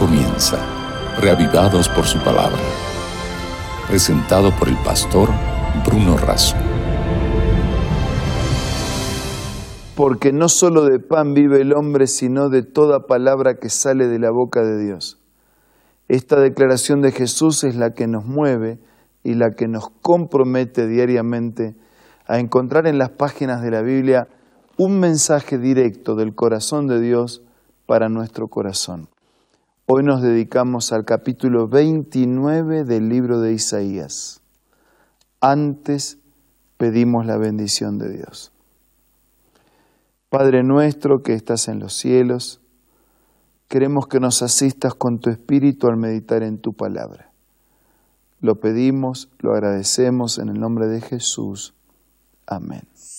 comienza, reavivados por su palabra. Presentado por el pastor Bruno Razo. Porque no solo de pan vive el hombre, sino de toda palabra que sale de la boca de Dios. Esta declaración de Jesús es la que nos mueve y la que nos compromete diariamente a encontrar en las páginas de la Biblia un mensaje directo del corazón de Dios para nuestro corazón. Hoy nos dedicamos al capítulo 29 del libro de Isaías. Antes pedimos la bendición de Dios. Padre nuestro que estás en los cielos, queremos que nos asistas con tu espíritu al meditar en tu palabra. Lo pedimos, lo agradecemos en el nombre de Jesús. Amén.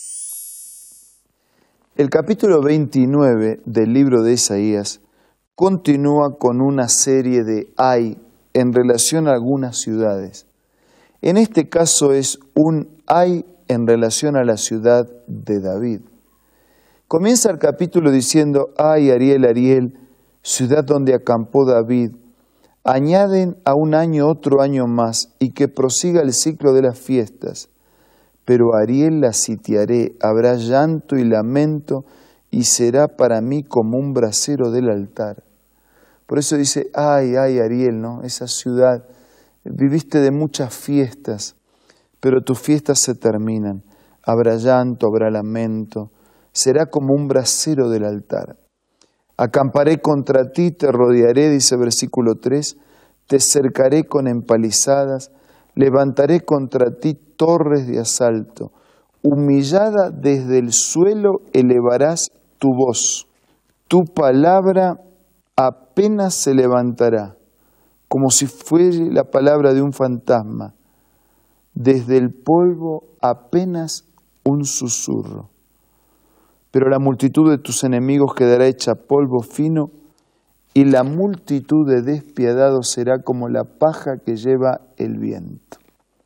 El capítulo 29 del libro de Isaías continúa con una serie de ay en relación a algunas ciudades. En este caso es un ay en relación a la ciudad de David. Comienza el capítulo diciendo, ay Ariel, Ariel, ciudad donde acampó David, añaden a un año otro año más y que prosiga el ciclo de las fiestas. Pero Ariel la sitiaré, habrá llanto y lamento y será para mí como un brasero del altar. Por eso dice, ay Ariel, ¿no? Esa ciudad, viviste de muchas fiestas, pero tus fiestas se terminan. Habrá llanto, habrá lamento, será como un brasero del altar. Acamparé contra ti, te rodearé, dice versículo 3, te cercaré con empalizadas, levantaré contra ti torres de asalto. Humillada desde el suelo elevarás tu voz. Tu palabra apenas se levantará, como si fuera la palabra de un fantasma. Desde el polvo apenas un susurro. Pero la multitud de tus enemigos quedará hecha polvo fino, y la multitud de despiadados será como la paja que lleva el viento.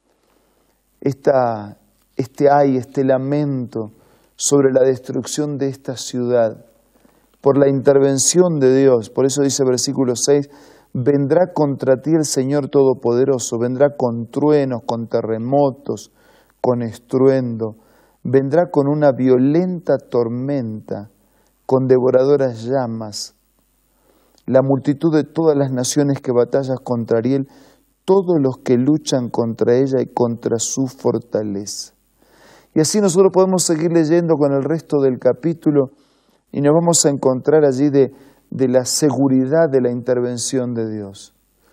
Este lamento sobre la destrucción de esta ciudad, por la intervención de Dios, por eso dice versículo 6, vendrá contra ti el Señor Todopoderoso, vendrá con truenos, con terremotos, con estruendo, vendrá con una violenta tormenta, con devoradoras llamas. La multitud de todas las naciones que batallas contra Ariel, todos los que luchan contra ella y contra su fortaleza. Y así nosotros podemos seguir leyendo con el resto del capítulo y nos vamos a encontrar allí de la seguridad de la intervención de Dios.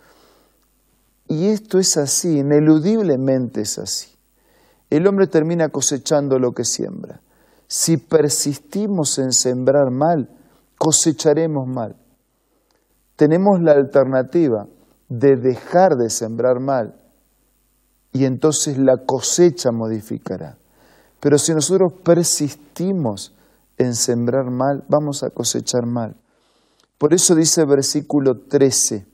Y esto es así, ineludiblemente es así. El hombre termina cosechando lo que siembra. Si persistimos en sembrar mal, cosecharemos mal. Tenemos la alternativa de dejar de sembrar mal y entonces la cosecha modificará. Pero si nosotros persistimos en sembrar mal, vamos a cosechar mal. Por eso dice versículo 13,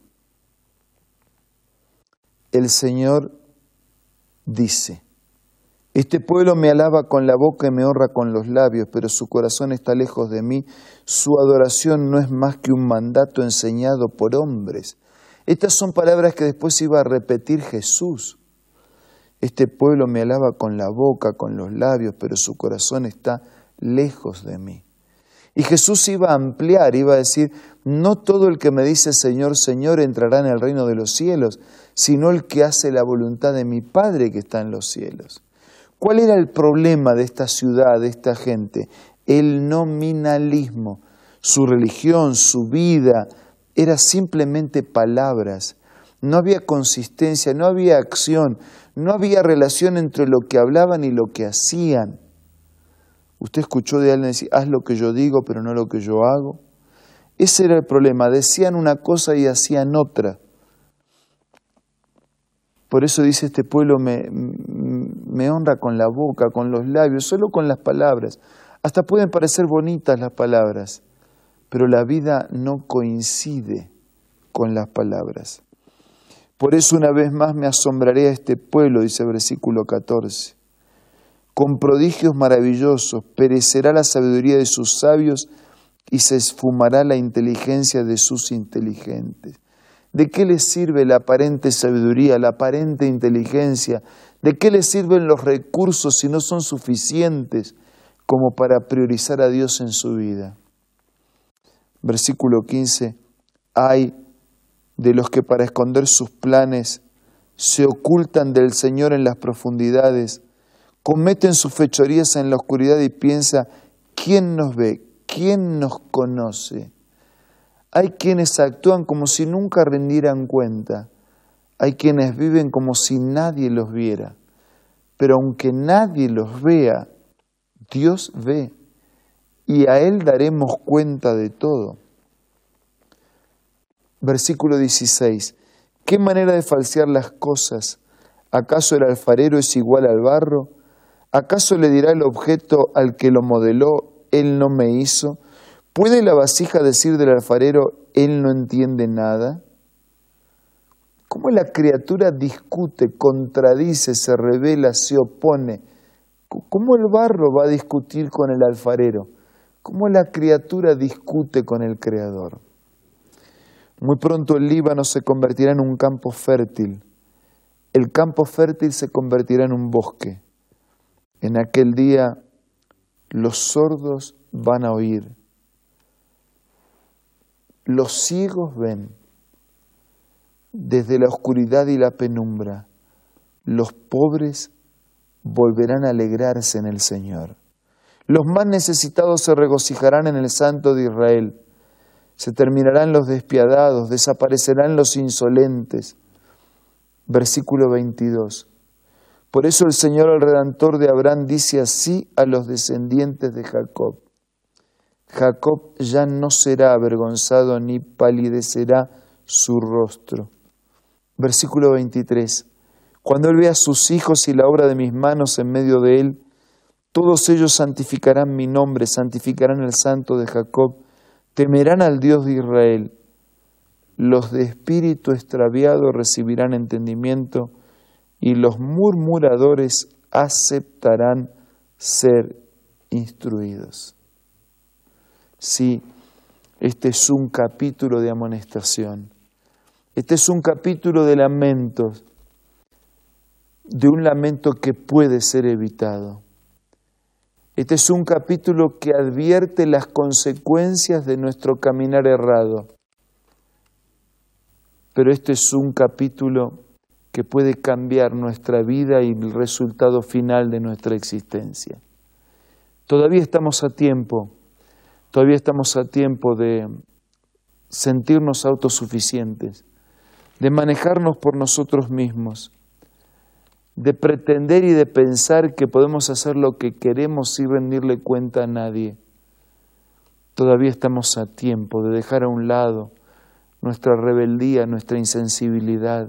el Señor dice, este pueblo me alaba con la boca y me honra con los labios, pero su corazón está lejos de mí. Su adoración no es más que un mandato enseñado por hombres. Estas son palabras que después iba a repetir Jesús. Este pueblo me alaba con la boca, con los labios, pero su corazón está lejos de mí. Y Jesús iba a ampliar, iba a decir, no todo el que me dice Señor, Señor entrará en el reino de los cielos, sino el que hace la voluntad de mi Padre que está en los cielos. ¿Cuál era el problema de esta ciudad, de esta gente? El nominalismo. Su religión, su vida, era simplemente palabras. No había consistencia, no había acción, no había relación entre lo que hablaban y lo que hacían. Usted escuchó de alguien decir, haz lo que yo digo, pero no lo que yo hago. Ese era el problema, decían una cosa y hacían otra. Por eso dice, este pueblo me honra con la boca, con los labios, solo con las palabras. Hasta pueden parecer bonitas las palabras, pero la vida no coincide con las palabras. Por eso una vez más me asombraré a este pueblo, dice versículo 14. Con prodigios maravillosos perecerá la sabiduría de sus sabios y se esfumará la inteligencia de sus inteligentes. ¿De qué le sirve la aparente sabiduría, la aparente inteligencia? ¿De qué le sirven los recursos si no son suficientes como para priorizar a Dios en su vida? Versículo 15. Ay de los que para esconder sus planes se ocultan del Señor en las profundidades, cometen sus fechorías en la oscuridad y piensa, ¿quién nos ve? ¿Quién nos conoce? Hay quienes actúan como si nunca rindieran cuenta. Hay quienes viven como si nadie los viera. Pero aunque nadie los vea, Dios ve. Y a Él daremos cuenta de todo. Versículo 16. ¿Qué manera de falsear las cosas? ¿Acaso el alfarero es igual al barro? ¿Acaso le dirá el objeto al que lo modeló, él no me hizo? ¿Puede la vasija decir del alfarero, él no entiende nada? ¿Cómo la criatura discute, contradice, se revela, se opone? ¿Cómo el barro va a discutir con el alfarero? ¿Cómo la criatura discute con el Creador? Muy pronto el Líbano se convertirá en un campo fértil. El campo fértil se convertirá en un bosque. En aquel día los sordos van a oír. Los ciegos ven. Desde la oscuridad y la penumbra, los pobres volverán a alegrarse en el Señor. Los más necesitados se regocijarán en el Santo de Israel. Se terminarán los despiadados, desaparecerán los insolentes. Versículo 22. Por eso el Señor, el Redentor de Abraham, dice así a los descendientes de Jacob. Jacob ya no será avergonzado ni palidecerá su rostro. Versículo 23. Cuando él vea a sus hijos y la obra de mis manos en medio de él, todos ellos santificarán mi nombre, santificarán el Santo de Jacob, temerán al Dios de Israel. Los de espíritu extraviado recibirán entendimiento y los murmuradores aceptarán ser instruidos. Sí, este es un capítulo de amonestación. Este es un capítulo de lamentos, de un lamento que puede ser evitado. Este es un capítulo que advierte las consecuencias de nuestro caminar errado. Pero este es un capítulo que puede cambiar nuestra vida y el resultado final de nuestra existencia. Todavía estamos a tiempo de sentirnos autosuficientes, de manejarnos por nosotros mismos, de pretender y de pensar que podemos hacer lo que queremos sin rendirle cuenta a nadie. Todavía estamos a tiempo de dejar a un lado nuestra rebeldía, nuestra insensibilidad.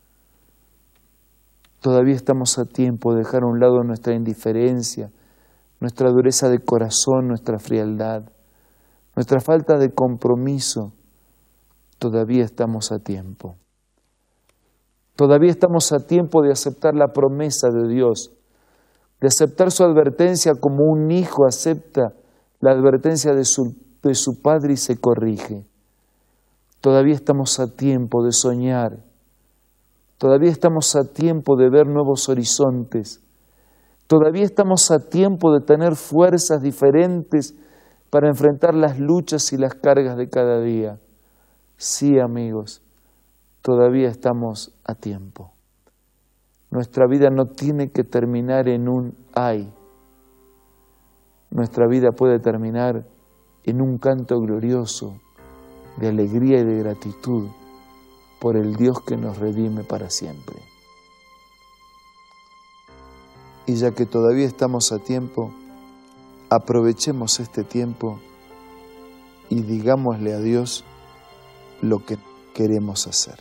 Todavía estamos a tiempo de dejar a un lado nuestra indiferencia, nuestra dureza de corazón, nuestra frialdad, nuestra falta de compromiso. Todavía estamos a tiempo. Todavía estamos a tiempo de aceptar la promesa de Dios, de aceptar su advertencia como un hijo acepta la advertencia de su padre y se corrige. Todavía estamos a tiempo de soñar. Todavía estamos a tiempo de ver nuevos horizontes. Todavía estamos a tiempo de tener fuerzas diferentes para enfrentar las luchas y las cargas de cada día. Sí, amigos, todavía estamos a tiempo. Nuestra vida no tiene que terminar en un ay. Nuestra vida puede terminar en un canto glorioso de alegría y de gratitud por el Dios que nos redime para siempre. Y ya que todavía estamos a tiempo, aprovechemos este tiempo y digámosle a Dios lo que queremos hacer.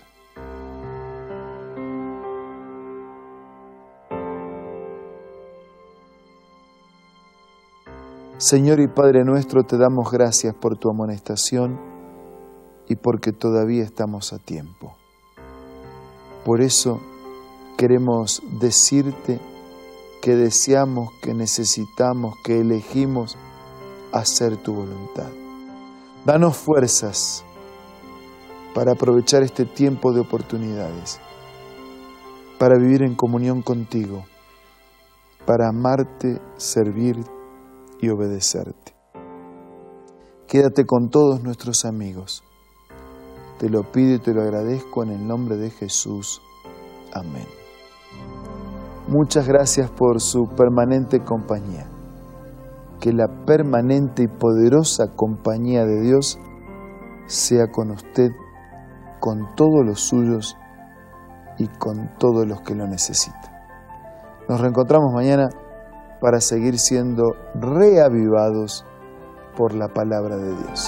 Señor y Padre nuestro, te damos gracias por tu amonestación y porque todavía estamos a tiempo. Por eso queremos decirte que deseamos, que necesitamos, que elegimos hacer tu voluntad. Danos fuerzas para aprovechar este tiempo de oportunidades, para vivir en comunión contigo, para amarte, servir y obedecerte. Quédate con todos nuestros amigos. Te lo pido y te lo agradezco en el nombre de Jesús. Amén. Muchas gracias por su permanente compañía. Que la permanente y poderosa compañía de Dios sea con usted, con todos los suyos y con todos los que lo necesitan. Nos reencontramos mañana para seguir siendo reavivados por la palabra de Dios.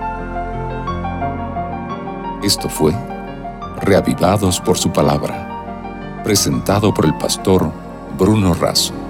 Esto fue Reavivados por su palabra, presentado por el pastor Bruno Razo.